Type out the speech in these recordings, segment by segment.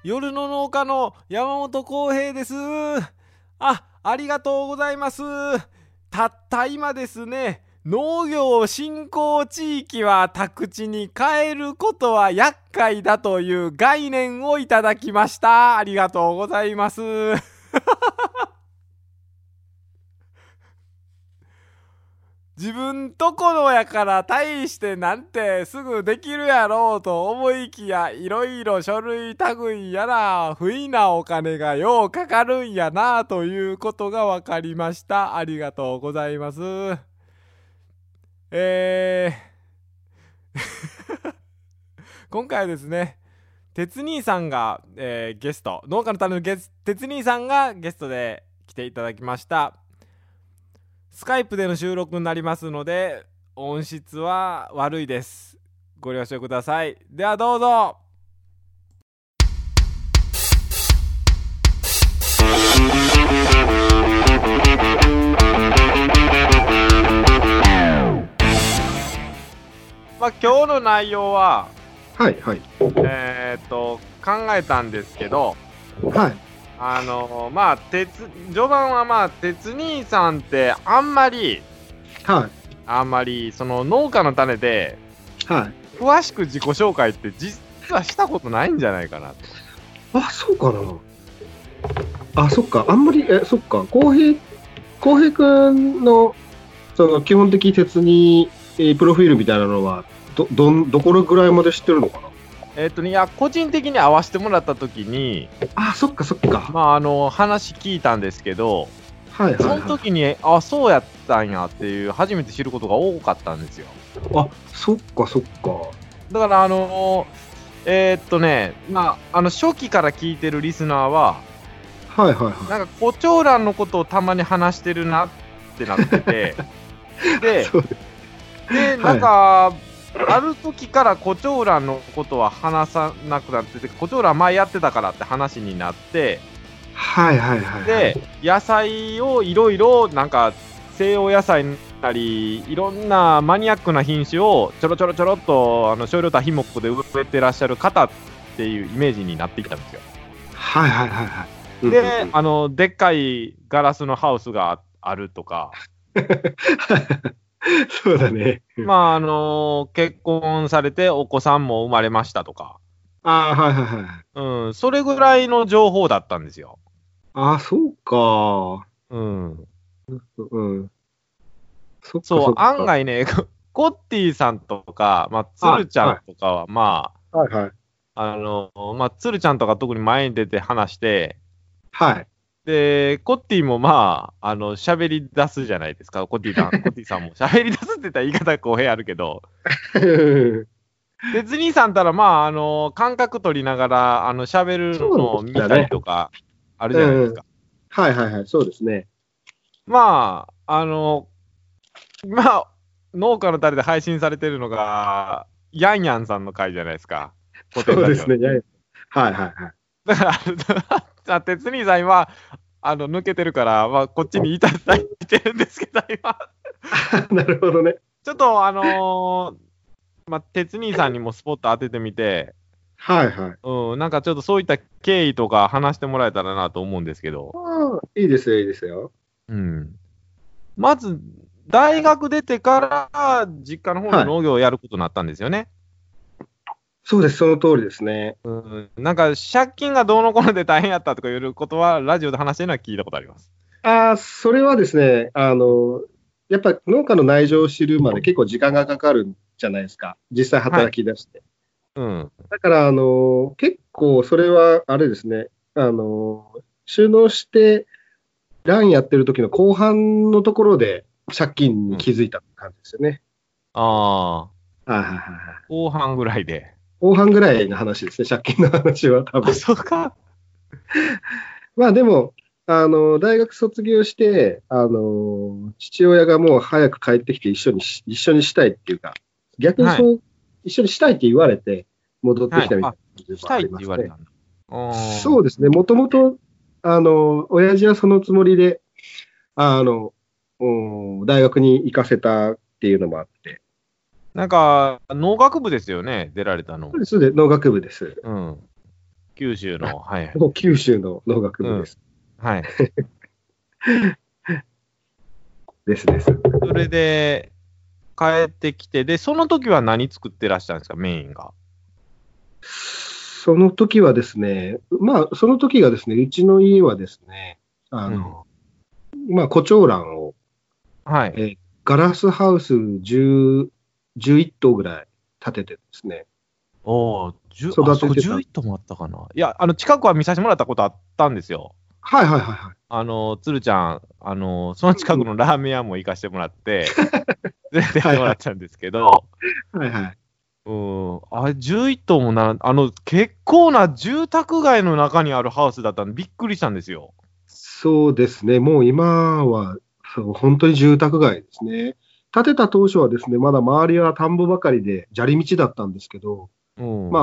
夜の農家の山本浩平です。ありがとうございます。たった今ですね、農業振興地域は宅地に変えることは厄介だという概念をいただきました。ありがとうございます。自分とこのやから大してなんてすぐできるやろうと思いきや、いろいろ書類類やら不意なお金がようかかるんやなということが分かりました。ありがとうございます。今回はですね、鉄兄さんが、ゲスト、農家の種の鉄兄さんがゲストで来ていただきました。スカイプでの収録になりますので、音質は悪いです。ご了承ください。ではどうぞ。今日の内容は、 はいはい。 考えたんですけど、 はい。 序盤は鉄兄さんってあんまりその農家の種で詳しく自己紹介って実はしたことないんじゃないかなと。 そうかな。そっか。あんまりそっか。浩平くんのその基本的鉄にプロフィールみたいなのはどこらぐらいまで知ってるのかな。 いや個人的に会わせてもらった時に、 そっか。 話聞いたんですけど、 はいはいはい、 その時にそうやったんやっていう初めて知ることが多かったんですよ。 そっか。 だから初期から聞いてるリスナーは、なんか胡蝶蘭のことをたまに話してるなってなっててでなんか、ある時から胡蝶蘭のことは話さなくなってて、胡蝶蘭前やってたからって話になって、で野菜をいろいろなんか西洋野菜なりいろんなマニアックな品種をちょろっと少量多品目で植えてらっしゃる方っていうイメージになってきたんですよ。ででっかいガラスのハウスがあるとかそうだね。 結婚されてお子さんも生まれましたとか、それぐらいの情報だったんですよ。 そうか。 そう、案外ね、コッティさんとか、つるちゃんとかは、つるちゃんとか特に前に出て話して、で、コッティも喋り出すじゃないですか、コッティさんも。喋り出すって言ったら言い方公平あるけど。鉄兄さんたら、感覚取りながら、喋るのを見たりとか、あるじゃないですか。 そうですね。 農家の種で配信されてるのが、ヤンヤンさんの回じゃないですか。 そうですね。 だから鉄兄さん今抜けてるから、こっちにいただいてるんですけど、今。 なるほどね。 ちょっと鉄兄さんにもスポット当ててみて、なんかちょっとそういった経緯とか話してもらえたらなと思うんですけど。 いいですよ。 まず、大学出てから実家の方で農業をやることになったんですよね。 そうです、その通りですね。 なんか借金がどうのこうので大変やったとかいうことはラジオで話してるのは聞いたことあります。 それはですね、やっぱ農家の内情を知るまで結構時間がかかるんじゃないですか。実際働き出して。だから結構それはあれですね、収納してランやってる時の後半のところで借金に気づいた感じですよね。 後半ぐらいで。 後半ぐらいの話ですね、借金の話は多分。 そうか。 でも、大学卒業して、父親がもう早く帰ってきて一緒にしたいっていうか、逆に一緒にしたいって言われて戻ってきたみたいな感じでしたいって言われたんだ。 そうですね、もともと、親父はそのつもりで、大学に行かせたっていうのもあって。 なんか、農学部ですよね、出られたの。 そうです、農学部です。 九州の、はい。 もう九州の農学部です。 はい。 です。 それで、帰ってきて、で、その時は何作ってらっしゃるんですか、メインが。 その時はですね、その時がですね、うちの家はですね、コチョウランを、 はい。 ガラスハウス11棟ぐらい建ててですね、 お育ててた。 11棟もあったかな。いや、近くは見させてもらったことあったんですよ。 はいはいはいはい。 鶴ちゃん、その近くのラーメン屋も行かしてもらって、連れてってもらったんですけど、 はいはい。 あれ、11棟も結構な住宅街の中にあるハウスだったんで、びっくりしたんですよ。 そうですね、もう今は、そう、本当に住宅街ですね。建てた当初はですね、まだ周りは田んぼばかりで砂利道だったんですけど、 うん。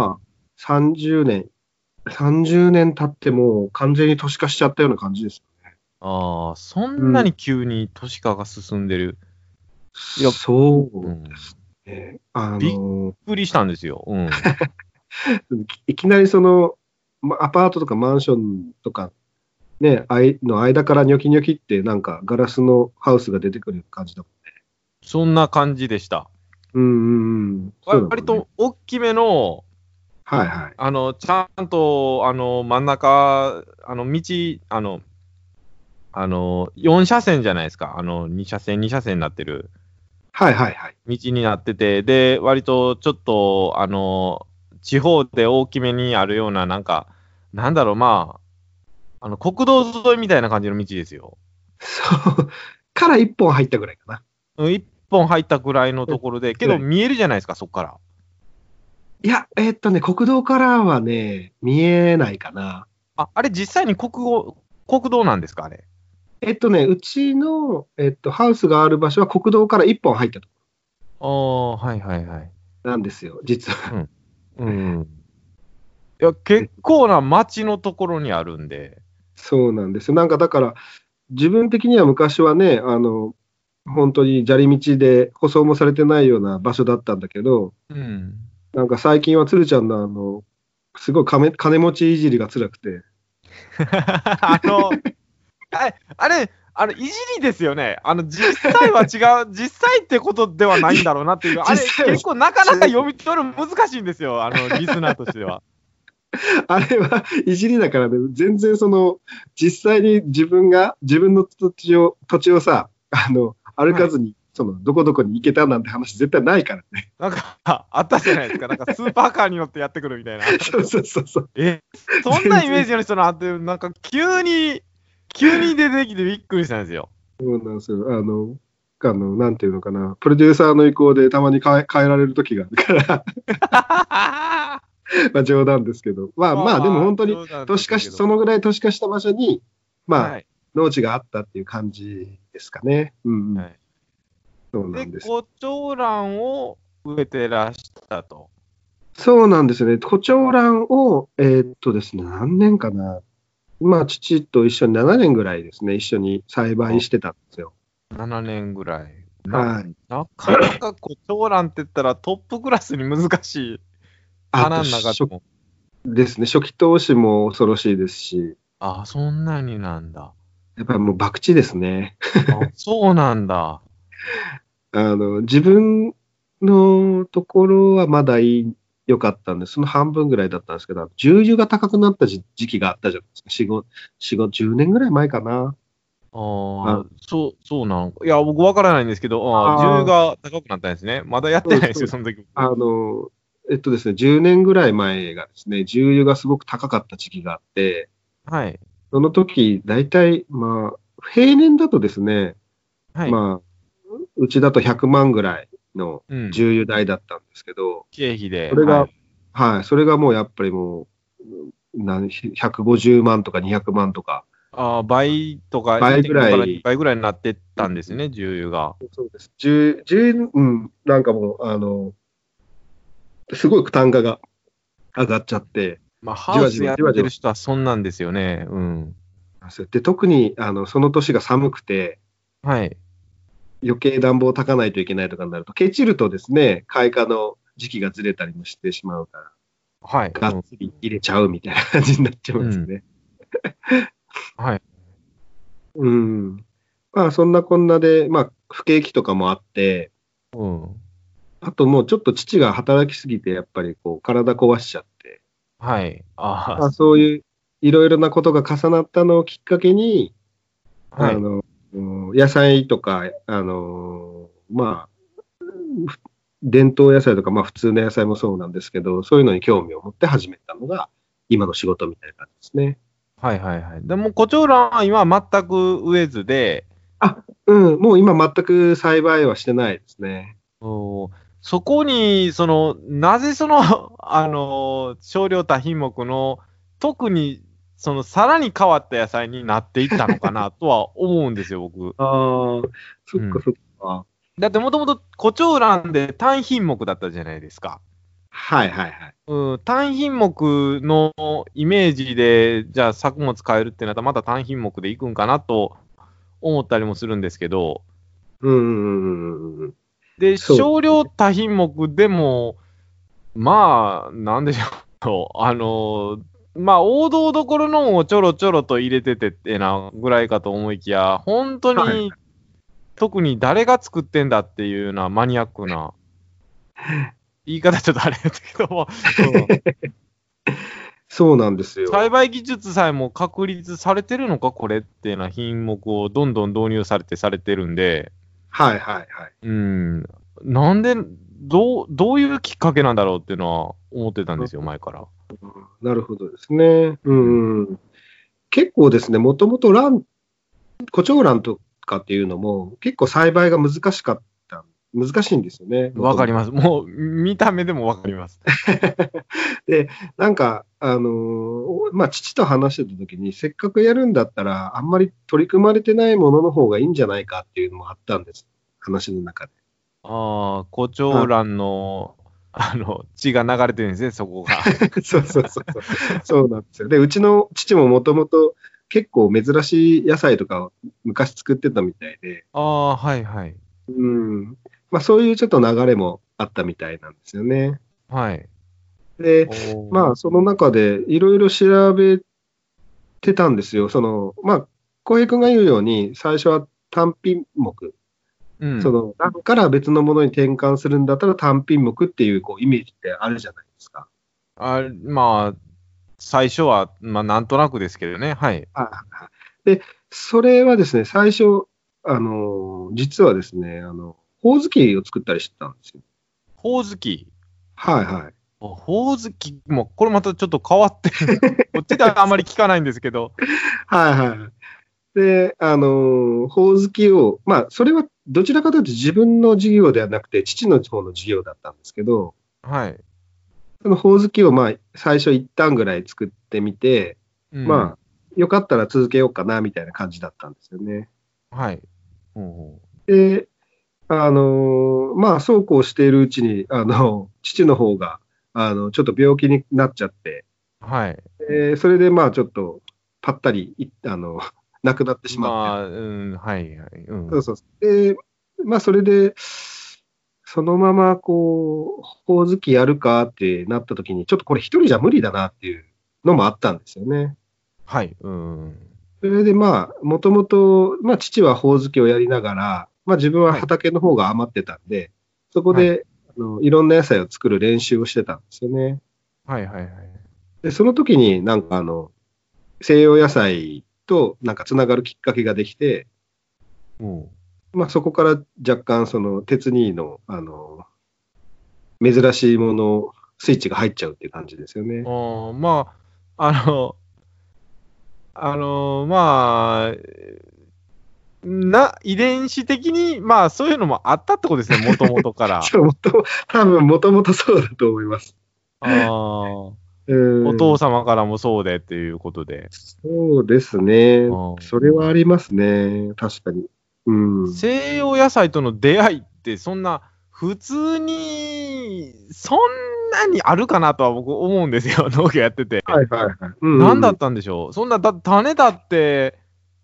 まあ、30年経っても完全に都市化しちゃったような感じですよね。 ああ、そうん。 んなに急に都市化が進んでる。いや、 そうでうん。 すね。 びっくりしたんですよ。うん。 いきなりアパートとかマンションとかね、の間からニョキニョキってなんかガラスのハウスが出てくる感じだもん。 そんな感じでした。 うんうんうん。そうだもんね。 割と大きめの、 はいはい。 ちゃんと、真ん中、道、4車線じゃないですか。2車線、2車線になってるはいはいはい。 道になってて、で、割とちょっと、地方で大きめにあるような、なんだろう、国道沿いみたいな感じの道ですよ。 そう。から一本入ったぐらいかな。 一本入ったぐらいのうん。 ところで、けぐらい。 ど見えるじゃないですか、そこから。 いや、国道からはね、見えないかな。 あれ実際に国道なんですか、あれ。 うちの、ハウスがある場所は国道から一本入ったとこああ、はいはいはい。 ろなんですよ、実は。 うん。うん。いや、結構な街のところにあるんで。 そうなんですよ。なんかだから、自分的には昔はね、本当に砂利道で舗装もされてないような場所だったんだけど、 うん。 なんか最近は鶴ちゃんのすごい金持ちいじりが辛くて、 あの、いじりですよね。実際は違う、実際ってことではないんだろうなっていう、あれ、 実際は、 結構なかなか読み取るの難しいんですよ、リスナーとしては。 あれはいじりだからね、全然実際に自分の土地をさ、歩はい。 かずに、どこどこに行けたなんて話絶対ないからね。 あったじゃないですか。スーパーカーに乗ってやってくるみたいな。 そうそうそうそう。 そん全然、 なイメージの人なんて、急に出てきてびっくりしたんですよ。 そうなんですよ。なんていうのかな、プロデューサーの意向でたまに変えられる時があるから、まあ冗談ですけど、でも本当に冗談でしたけど。 そのぐらい都市化した場所に、まあ、 はい。 農地があったっていう感じですかね。うんうん。 はい。で、 そうなんです。 胡蝶蘭を植えてらしたと。 そうなんですよね。コチョウランを、ですね、何年かな。父と一緒に7年ぐらいですね、一緒に栽培してたんですよ。 7年ぐらい。 はい。 なかなか胡蝶蘭って言ったらトップクラスに難しいあと、 花の中でも。 ですね、初期投資も恐ろしいですし、 そんなになんだ。 やっぱりもう博打ですね。 そうなんだ。 自分のところはまだ良かったんで、その半分ぐらいだったんですけど、重油が高くなった時期があったじゃないですか。10年ぐらい前かな。あそうなんいや、僕わからないんですけど、重油あー、 が高くなったんですね。まだやってないですよ、 そうその時僕。 あの、ですね、10年ぐらい前がですね、重油がすごく高かった時期があって、 はい。 その時、大体、平年だとですね、 はい。 まうちだと100万ぐらいのうん。 重油代だったんですけど、 経費で、 それが、 はい。 はい、それがもうやっぱりもう、150万とか200万とか、 倍とか倍ぐ 1.5かららい、 2倍ぐらいになってっうん、 たんですね、重油が。 そうです。うん、なんかもう、すごく単価が上がっちゃって、 ハじわじウスやっわじわじわ。 てる人はそんなんですよね。うん。 で、特に、その年が寒くて、 はい。 余計暖房を焚かないといけないとかになると、ケチるとですね、開花の時期がずれたりもしてしまうから。 はい。 がっつり入れちゃうみたいな感じになっちゃいますね。 はい。 うん。まあ、そんなこんなで、まあ、不景気とかもあって、 うん。 あともうちょっと父が働きすぎて、やっぱりこう、体壊しちゃって、 はい。あまあ、そういういろいろなことが重なったのをきっかけに、 あ、はい。 野菜とか、まあ、伝統野菜とか、まあ普通の野菜もそうなんですけど、そういうのに興味を持って始めたのが、今の仕事みたいな感じですね。 はいはいはい。でも、胡蝶蘭は今全く植えずで、 あ、うん、もう今全く栽培はしてないですね。 おそこに、なぜ少量多品目の、特に、さらに変わった野菜になっていったのかなとは思うんですよ、僕。 ああ、そうん。 っかそっか。 だってもともと胡蝶蘭で単品目だったじゃないですか。 はいはいはい。 うん、単品目のイメージで、じゃあ作物変えるってなったら、また単品目でいくんかなと思ったりもするんですけど、 うんうんうんうんうん。 で、 そう。 少量多品目でも、まあ、なんでしょう。まあ、王道どころのもちょろちょろと入れててってなぐらいかと思いきや、本当はい。 に、特に誰が作ってんだっていうようなマニアックな、言い方ちょっとあれだけども、うん。 そうなんです栽よ。 培技術さえも確立されてるのか、これっていうような品目をどんどん導入されてるんで、 はいはいはい。 うん、なんで、どういうきっかけなんだろうっていうのは思ってたんですよ、前から。 なるほどですね。ううん。 ん。結構ですね、もともと胡蝶蘭とかっていうのも結構栽培が難しいんですよね、もともと。 わかります。もう、見た目でもわかります。 で、なんか、まあ、父と話してた時に、せっかくやるんだったら、あんまり取り組まれてないものの方がいいんじゃないかっていうのもあったんです。話の中で。 ああ、胡蝶あ、 蘭の、血が流れてるんですね、そこが。 そうそうそうそう。そうなんですよ。で、うちの父ももともと結構珍しい野菜とかを昔作ってたみたいで、 ああ、はいはい。 うん。まあ、そういうちょっと流れもあったみたいなんですよね。 はい。 で、 おー。 まあ、その中でいろいろ調べてたんですよ。まあ、浩平君が言うように、最初は単品目。 うん。 欄から別のものに転換するんだったら単品目っていう、イメージってあるじゃないですか。 まあ、最初は、まあ、なんとなくですけどね。はい。 はいはいはい。で、それはですね、最初、実はですね、ほおずきを作ったりしてたんですよ。 ほおずき。 はいはい。 ほおずきも、これまたちょっと変わってる。こっちではあまり聞かないんですけど。 はいはい。で、ほおずきを、まあ、それはどちらかというと自分の事業ではなくて、父の方の事業だったんですけど、 はい。 そのほおずきを、まあ、最初一旦ぐらい作ってみて、 うん。 まあ、よかったら続けようかな、みたいな感じだったんですよね。 はい。ほうで、まあ、そうこうしているうちに、父の方が、ちょっと病気になっちゃって、 はい。 それで、まあ、ちょっと、ぱったり、亡くなってしまってまあ、うん、はいはい。うん。 そうそうそう。で、まあ、それで、そのまま、ほおずきやるかってなった時に、ちょっとこれ一人じゃ無理だなっていうのもあったんですよね。 はい。うん。 それで、まあ、もともと、まあ、父はほおずきをやりながら、まあ、自分ははい。 畑の方が余ってたんで、そこはい。 で、いろんな野菜を作る練習をしてたんですよね。 はいはいはい。 で、その時になんか西洋野菜となんかつながるきっかけができて、 うん。 まあ、そこから若干鉄にの、珍しいもの、スイッチが入っちゃうっていう感じですよね。 まあ、まあ、遺伝子的に、まあ、そういうのもあったってことですね、もともとから。 そう、多分もともとそうだと思います。 ああ、 うお父ん、 様からもそうでっていうことで。 そうですね。 うん。 それはありますね。確かに。うん。 西洋野菜との出会いって、そんな、普通に、そんなにあるかなとは僕思うんですよ、農業やってて。 はいはいはい。うんうん。 何だったんでしょう。そんな、種だって、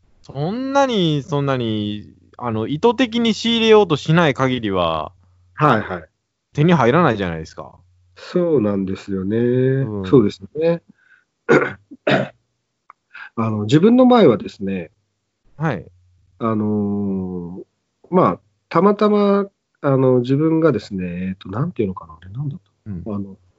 そんなに、意図的に仕入れようとしない限りは、 はいはい。 手に入らないじゃないですか。 そうなんですよね。そうですよね。自分の前はですね、 はい。 まあ、たまたま、自分がですね、なんていうのかな、あれ、なんだったうん。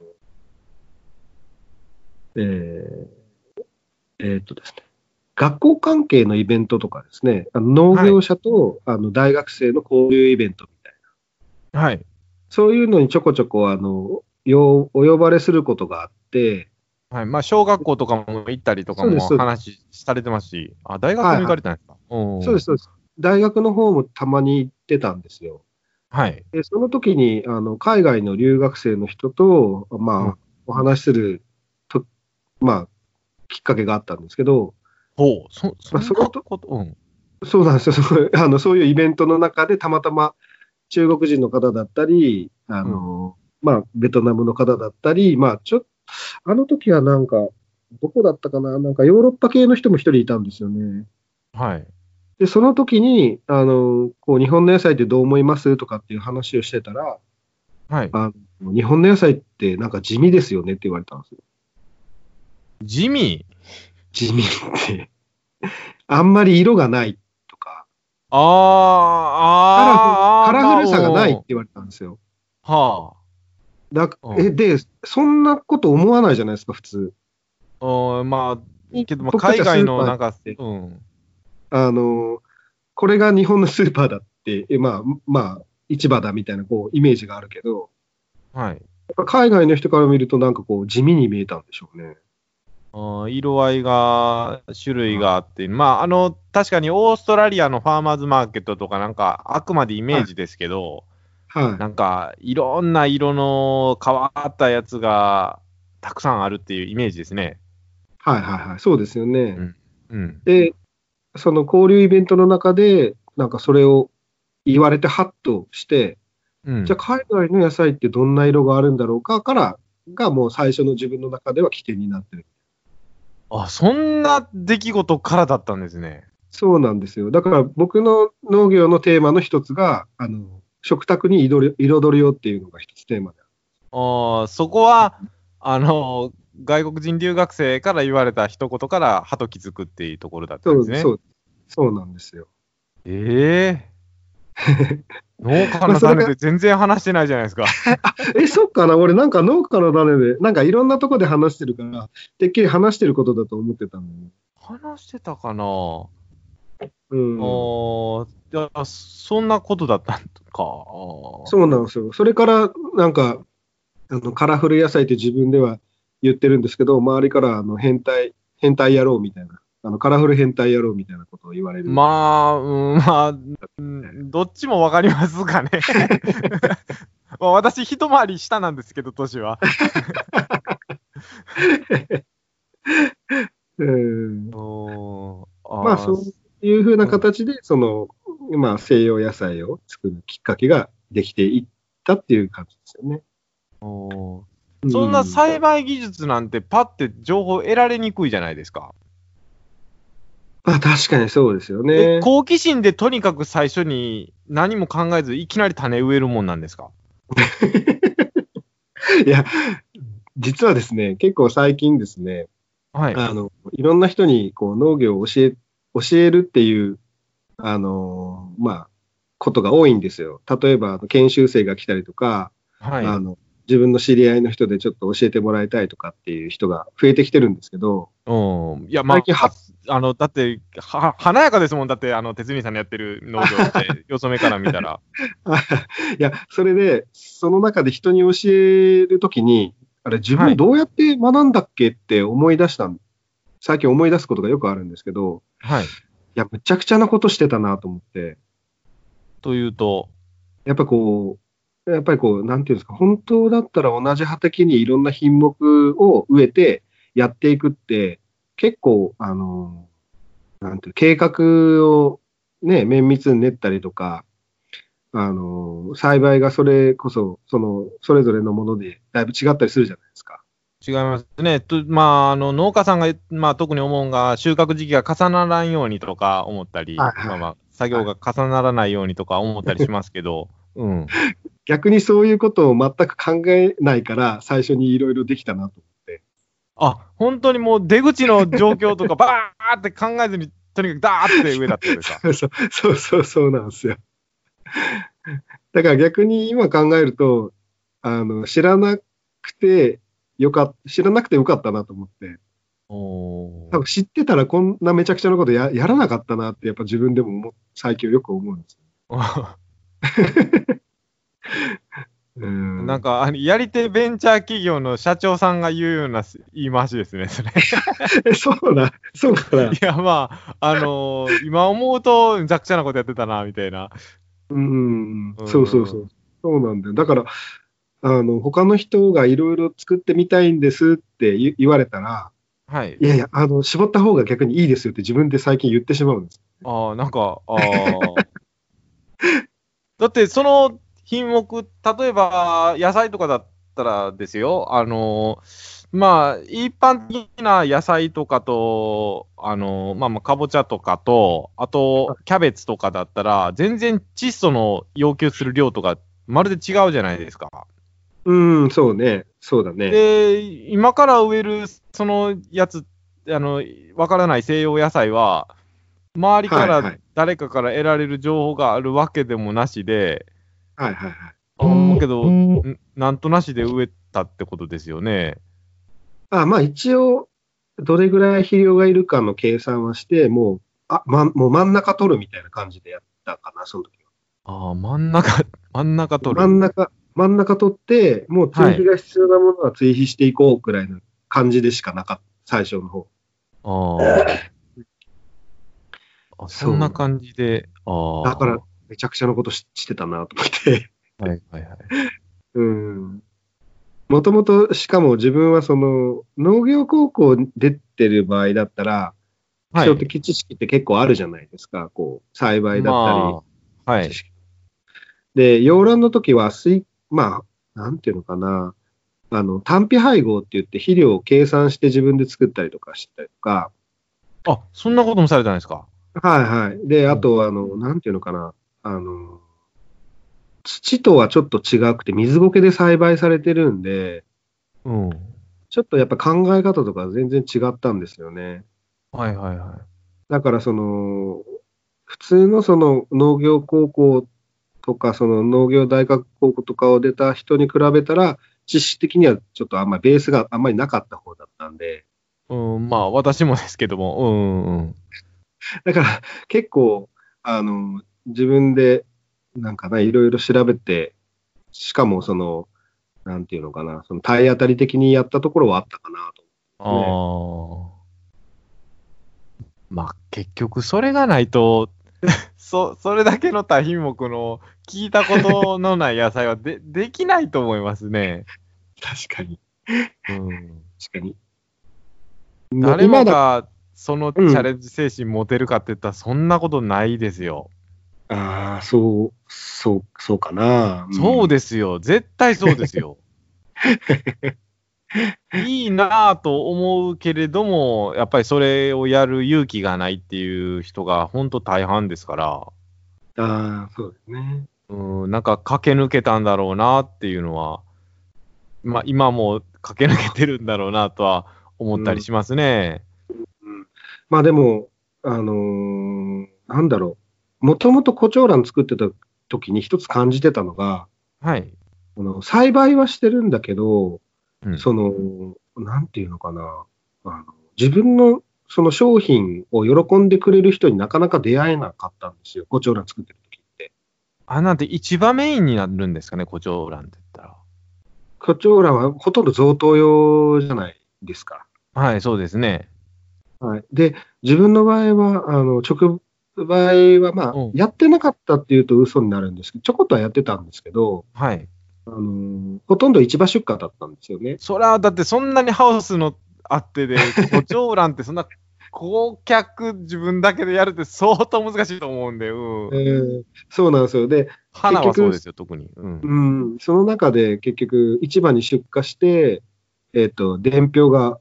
えーですね、学校関係のイベントとかですね、農はい。 業者と大学生の交流イベントみたいな、 はい。 そういうのにちょこちょこお呼ばれすることがあって、 はい。まあ、小学校とかも行ったりとかそうです、 もそうです。 話されてますし、あ、大学も行はいはい。 かれたんですか？ そうです、そうです。大学の方もたまに行ってたんですよ。 はい。 で、その時に、海外の留学生の人と、 うん。 お話しすると、まあ、きっかけがあったんですけど、 ほう、そんそのと、 なこと、うん。 そうなんですよ。そういうイベントの中でたまたま中国人の方だったり、 うん。 ベトナムの方だったり、あの時はなんか、どこだったかな、なんかヨーロッパ系の人も一人いたんですよね。 はい。 で、その時に、日本の野菜ってどう思いますとかっていう話をしてたら、 はい。 日本の野菜ってなんか地味ですよねって言われたんですよ。 地味。 地味って、あんまり色がないとか、カラまあ、 フルさがないってうん。 言われたんですよ。 はあ。うん。 で、そんなこと思わないじゃないですか、普通。 まあ、けど、まあ、 僕たち海はスーパーに外のなんか、 行って、 うん。 あの、これが日本のスーパーだって、市場だみたいなイメージがあるけど、 はい。 やっぱ海外の人から見るとなんか地味に見えたんでしょうね。 色合いが、種類あがあって、まあ、確かにオーストラリアのファーマーズマーケットとかなんか、あくまでイメはい、 ージですけど、 はい、 なんか、いろんな色の変わったやつがたくさんあるっていうイメージですね。 はい、はい、はい、そうですよね。 うん。うん。 で、その交流イベントの中で、なんかそれを言われてハッとして、じゃあうん。 海外の野菜ってどんな色があるんだろうかからがもう最初の自分の中では起点になってる。 あ、そんな出来事からだったんですね。 そうなんですよ。だから僕の農業のテーマの一つが、食卓に彩りをっていうのが一つテーマである。 そこは、あの、外国人留学生から言われた一言から鳩気づくっていうところだったんですね。 そうなんですよ。 ええ農家のそれが、 種で全然話してないじゃないですか。 そっかな、俺なんか農家の種で、なんかいろんなとこで話してるから、てっきり話してることだと思ってたんだよね。 話してたかな。 うん。 いや、そんなことだったんか。 そうなんですよ。それから、なんか、カラフル野菜って自分では言ってるんですけど、周りから変態野郎みたいな、カラフル変態野郎みたいなことを言われる。 どっちもわかりますかね。まあ、私、一回り下なんですけど、年は。 うん、そうあーいうふうなうん形で、西洋野菜を作るきっかけができていったっていう感じですよね。うそんなん。 栽培技術なんてパッて情報得られにくいじゃないですか。 確かにそうですよね。 好奇心でとにかく最初に何も考えずいきなり種植えるもんなんですか？ いや、実はですね、結構最近ですね、 はい。 いろんな人に農業を教えるっていう、ことが多いんですよ。例えば、研修生が来たりとか、 はい。 あの、自分の知り合いの人でちょっと教えてもらいたいとかっていう人が増えてきてるんですけど、 うん。いや、 最近まあ、だって、華やかですもん。だって、哲水さんのやってる農業って、よそ目から見たら。 いや、それで、その中で人に教えるときに、あれ、自はい。 分どうやって学んだっけって最近思い出すことがよくあるんですけど、 はい。 いや、むちゃくちゃなことしてたなと思って、 というと、 なんていうんですか、本当だったら同じ畑にいろんな品目を植えてやっていくって、結構、計画をね、綿密に練ったりとか、栽培がそれこそ、それぞれのものでだいぶ違ったりするじゃないですか。 違いますね。まあ、農家さんが、まあ、特に思うのが、収穫時期が重ならんようにとか思ったり、 はいはい。 作業はい。 が重ならないようにとか思ったりしますけど、 うん。 逆にそういうことを全く考えないから、最初にいろいろできたなと思って。 本当にもう出口の状況とかバーって考えずに、とにかくダーって植えたってことですか？ そうなんですよ。だから逆に今考えると、知らなくて知らなくてよかったなと思って。多分知ってたらこんなめちゃくちゃなことやらなかったなって、やっぱ自分でも最近よく思うんですよ。 なんか、やり手ベンチャー企業の社長さんが言うような言い回しですね、それ。 そうかな。 いや、まあ、今思うと、ざくちゃなことやってたな、みたいな。 そう。そうなんだよ。だから、他の人がいろいろ作ってみたいんですって言われたら、 はい。 いやいや、絞った方が逆にいいですよって自分で最近言ってしまうんです。 なんか、だってその品目、例えば野菜とかだったらですよ、まあ、一般的な野菜とかと、かぼちゃとかと、あと、キャベツとかだったら、全然窒素の要求する量とか、まるで違うじゃないですか。 そうね。そうだね。 で、今から植える、そのやつ、わからない西洋野菜は、周りから誰かから得られる情報があるわけでもなしで、けど、なんとなしで植えたってことですよね。 まあ一応、どれぐらい肥料がいるかの計算はして、もう真ん中取るみたいな感じでやったかな、その時は。 真ん中取る。 真ん中取って、もう追肥が必要なものは追肥していこうくらいの感じでしかなかった、最初の方。 そんな感じで。 だから、めちゃくちゃなことしてたなと思って。もともと、しかも自分はその、農業高校出てる場合だったら、基礎的知識って結構あるじゃないですか。こう、栽培だったり、知識。で、洋ランの時は、なんていうのかな。単比配合って言って肥料を計算して自分で作ったりとかしてたりとか。 そんなこともされたんですか？ で、あと、なんていうのかな。土とはちょっと違くて、水苔で栽培されてるんで、ちょっとやっぱ考え方とか全然違ったんですよね。だからその、普通のその農業高校とか、その農業大学高校とかを出た人に比べたら、知識的にはちょっとベースがあんまりなかった方だったんで。 私もですけども。 だから結構、自分で、なんかいろいろ調べて、しかもその、なんていうのかな、その体当たり的にやったところはあったかなと、 結局それがないと、それだけの多品目の聞いたことのない野菜はできないと思いますね。 確かに。 誰もがそのチャレンジ精神持てるかって言ったらそんなことないですよ。 そうかな。 そうですよ。絶対そうですよ。いいなぁと思うけれども、やっぱりそれをやる勇気がないっていう人が本当大半ですから。 そうですね。 なんか駆け抜けたんだろうなっていうのは、今も駆け抜けてるんだろうなとは思ったりしますね。 でも、なんだろう。もともと胡蝶蘭作ってた時に一つ感じてたのが、栽培はしてるんだけど、その、なんていうのかな。自分のその商品を喜んでくれる人になかなか出会えなかったんですよ。胡蝶蘭作ってる時って。 なんて市場メインになるんですかね、胡蝶蘭って言ったら。 胡蝶蘭はほとんど贈答用じゃないですか。 そうですね。 で、自分の場合は、直売はやってなかったっていうと嘘になるんですけど、ちょこっとはやってたんですけど、ほとんど市場出荷だったんですよね。 それはだってそんなにハウスのあってで、胡蝶蘭ってそんな顧客自分だけでやるって相当難しいと思うんで、 そうなんですよ。で、 花はそうですよ、特に。 その中で結局、市場に出荷して、伝票が、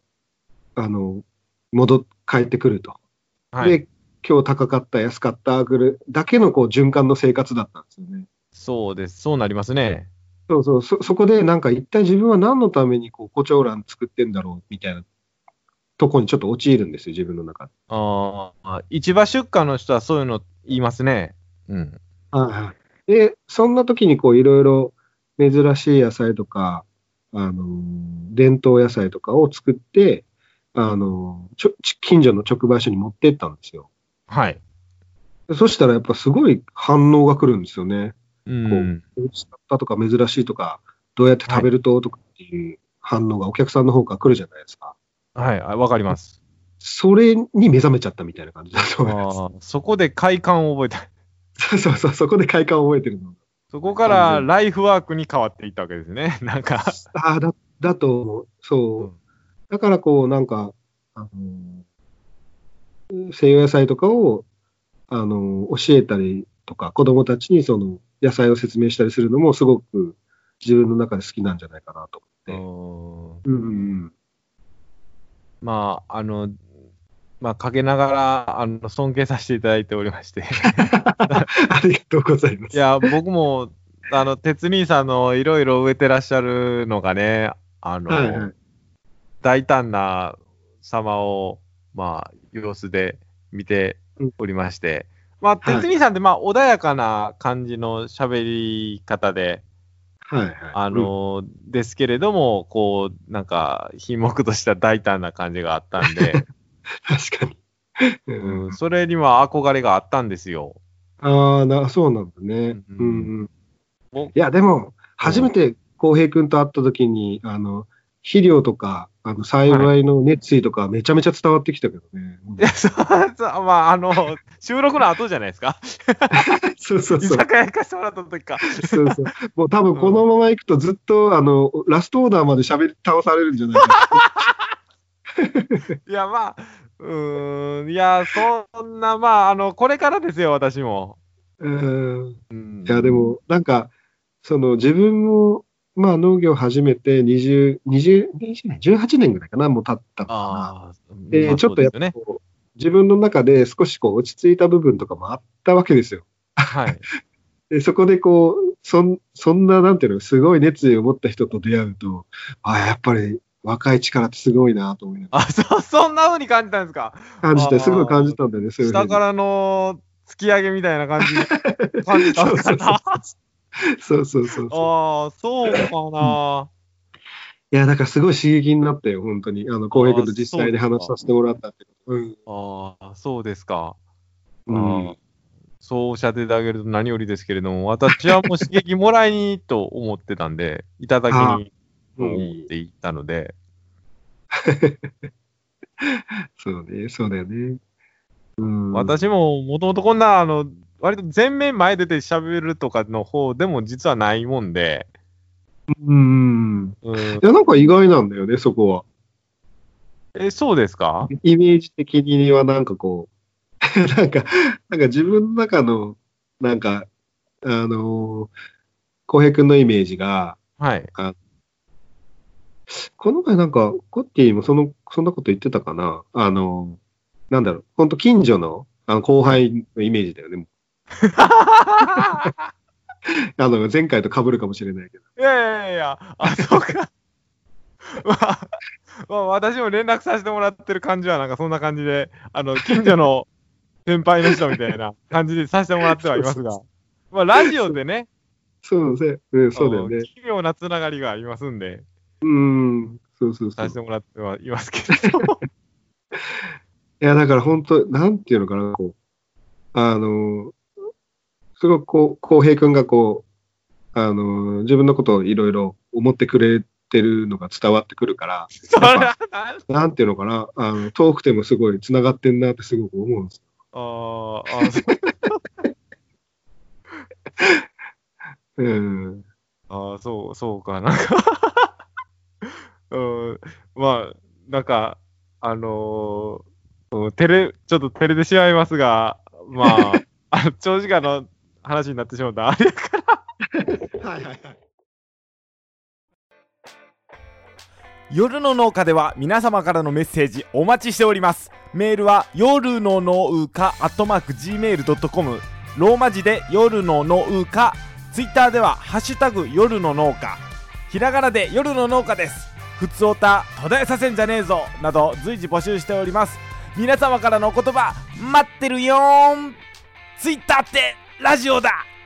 返ってくると。で、今日高かった、安かった、だけの循環の生活だったんですよね。 そうです。そうなりますね。 そこでなんか一体自分は何のためにこう胡蝶蘭作ってんだろうみたいなとこにちょっと陥るんですよ、自分の中で。 ああ、市場出荷の人はそういうの言いますね。うん。 はいはい。で、そんな時にこういろいろ珍しい野菜とか、伝統野菜とかを作って、近所の直売所に持ってったんですよ。 はい。 そしたらやっぱすごい反応が来るんですよね。 うん。 美味しかったとか珍しいとか、どうやって食べるととかっていう反応がお客さんの方から来るじゃないですか。 はい、わかります。 それに目覚めちゃったみたいな感じだと思います。 そこで快感を覚えた。 そこで快感を覚えてるの。 そこからライフワークに変わっていったわけですね。なんかだと思う。そう。 うん、 だからこう、なんか、西洋野菜とかを、教えたりとか、子供たちにその野菜を説明したりするのもすごく自分の中で好きなんじゃないかなと思って。 まあ、陰ながら、尊敬させていただいておりまして。 ありがとうございます。 いや、僕も、鉄兄さんのいろいろ植えてらっしゃるのがね、大胆な様を、様子で見ておりまして、鉄兄さんって、穏やかな感じの喋り方で、ですけれども、こう、なんか、品目とした大胆な感じがあったんで、 確かに。 それには憧れがあったんですよ。 そうなんだね。いや、でも、初めて浩平君と会った時に、肥料とか、栽培の熱意とか、めちゃめちゃ伝わってきたけどね。 いや、収録の後じゃないですか。 そう。居酒屋行かせてもらった時か。 そう。もう多分このまま行くとずっと、ラストオーダーまで喋り倒されるんじゃないかいや、いや、そんな、これからですよ、私も。 いや、でも、なんか、自分も、農業始めて18年ぐらいかな、もう経ったのかな。で、ちょっとやっぱ自分の中で少しこう落ち着いた部分とかもあったわけですよ。 はい。 で、そこでこう、そんな、なんていうの、すごい熱意を持った人と出会うと、やっぱり若い力ってすごいなと思いながら。そんな風に感じたんですか？ すごい感じたんだよね、 下からの突き上げみたいな感じ感じたのかな。 そう。 そうかな。 いや、だからすごい刺激になったよ、本当に。浩平君と実際に話させてもらったってこと。そうですか。そうおっしゃっていただけると何よりですけれども、私はもう刺激もらいにと思ってたんで、いただきにと思っていったので。 そうだよね。 私ももともとこんな、割と前面前出て喋るとかの方でも実はないもんで。 いや、なんか意外なんだよね、そこは。 そうですか？ イメージ的にはなんかこう、なんか自分の中の、なんか、浩平君のイメージが、 はい。 この前なんか、コッティもそんなこと言ってたかな。なんだろう、ほんと近所の後輩のイメージだよね。前回と被るかもしれないけど。 いや、そうか。私も連絡させてもらってる感じはなんかそんな感じで、近所の先輩の人みたいな感じでさせてもらってはいますが、ラジオでね、 そうだよね。 奇妙なつながりがありますんで、 そう。 させてもらってはいますけど。 いや、だから本当、なんていうのかな、こう、すごくこう、浩平君がこう、自分のことをいろいろ思ってくれてるのが伝わってくるから、なんていうのかな、遠くてもすごい繋がってんなってすごく思うんですよ。 そうかな。なんか、ちょっと照れてしまいますが、長時間の話になってしまった。あれやから。はい。夜の農家では皆様からのメッセージお待ちしております。メールは夜の農家@gmail.com、ローマ字で夜の農家ツイッターではハッシュタグ夜の農家、ひらがなで夜の農家です。ふつおた途絶えさせんじゃねえぞなど随時募集しております。皆様からのお言葉待ってるよーん。ツイッターってラジオだ。